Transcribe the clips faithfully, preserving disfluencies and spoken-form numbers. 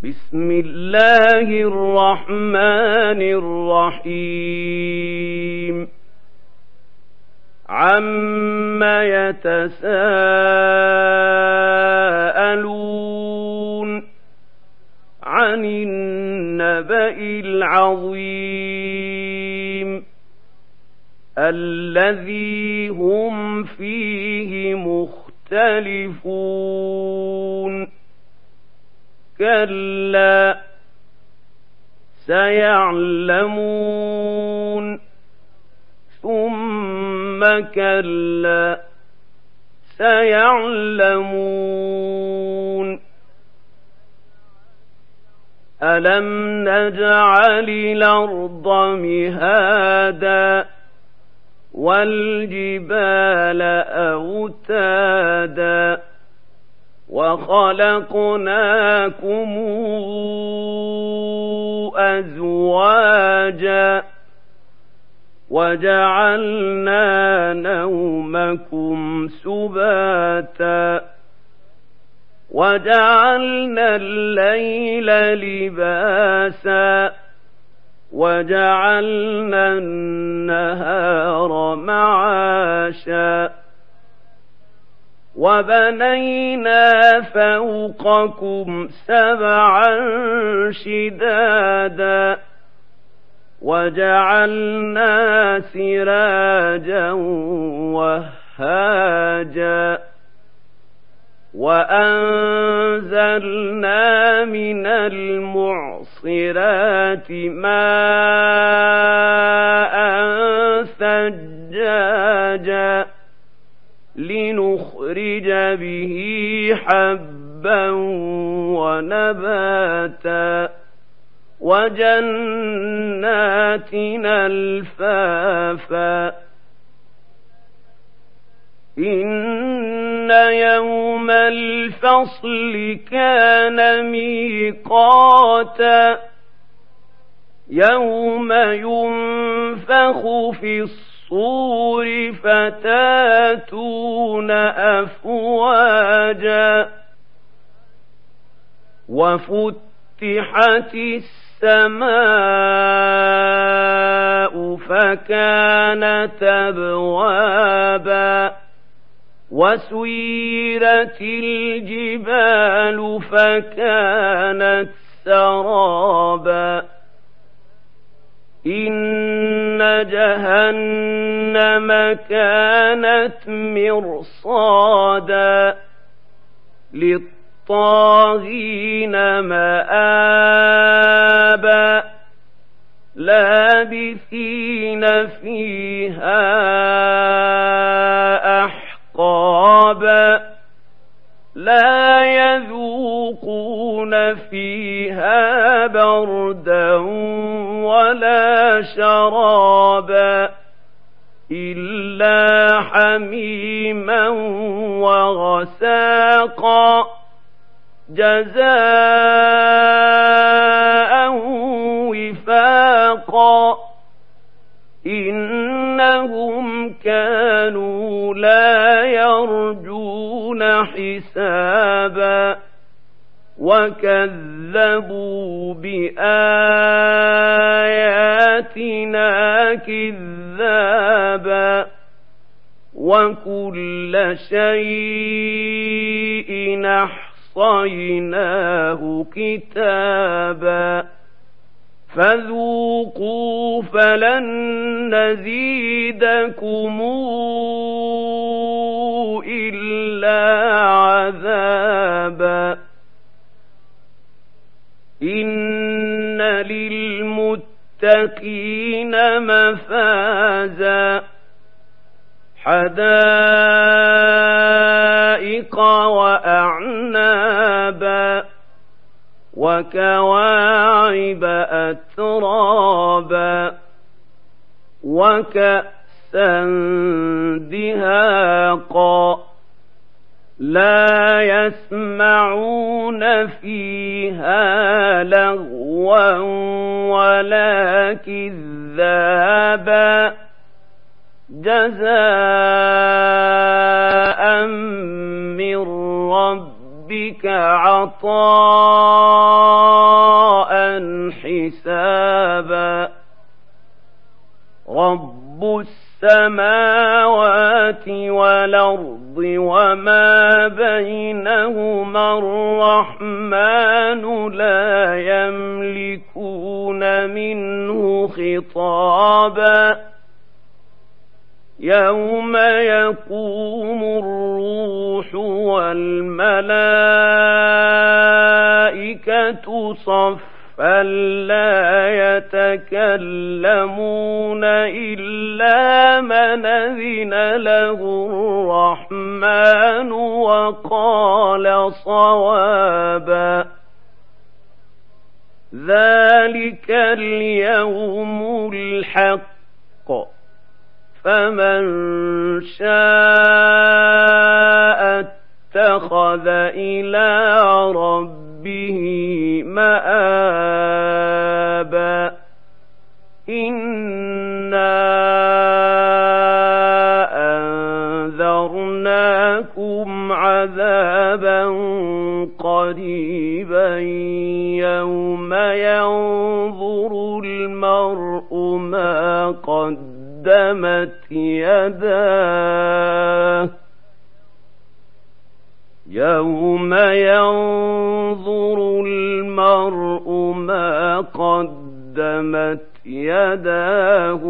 بسم الله الرحمن الرحيم عَمَّ يتساءلون عن النبأ العظيم الذي هم فيه مختلفون كلا سيعلمون ثم كلا سيعلمون ألم نجعل الأرض مهادا والجبال أوتادا وخلقناكم أزواجا وجعلنا نومكم سباتا وجعلنا الليل لباسا وجعلنا النهار معاشا وبنينا فوقكم سبعا شدادا وجعلنا سراجا وهاجا وأنزلنا من المعصرات ماء ثجاجا لنخرج به حبا ونباتا وجنات ألفافا إن يوم الفصل كان ميقاتا يوم ينفخ في الصور فتاتون أفواجا وفتحت السماء فكانت أبوابا وسيرت الجبال فكانت سرابا إن جهنم كانت مرصادا للطاغين مآبا لابثين فيها أحقابا لا يذوقون فيها بردا ولا شرابا إلا حميما وغساقا جزاء وفاقا إنهم كانوا لا يرجون حسابا وكذبوا بآياتنا كذابا وكل شيء أحصيناه كتابا فذوقوا فلن نزيدكم إلا عذابا إن للمتقين مفازا حدائق وأعنابا وكواعب أترابا وكأسا دهاقا لا يسمعون فيها لغوا ولا كذابا جزاء من ربك عطاء السماوات والأرض وما بينهما الرحمن لا يملكون منه خطابا يوم يقوم الروح والملائكة صفا فلا يتكلمون إلا من أذن له الرحمن وقال صوابا ذلك اليوم الحق فمن شاء اتخذ إلى ربه مآبا إنا أنذرناكم عذابا قريبا يوم ينظر المرء ما قدمت يداه يوم ينظر المرء ما قدمت يداه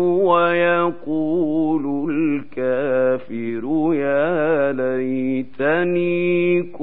ويقول الكافر يا ليتني كنت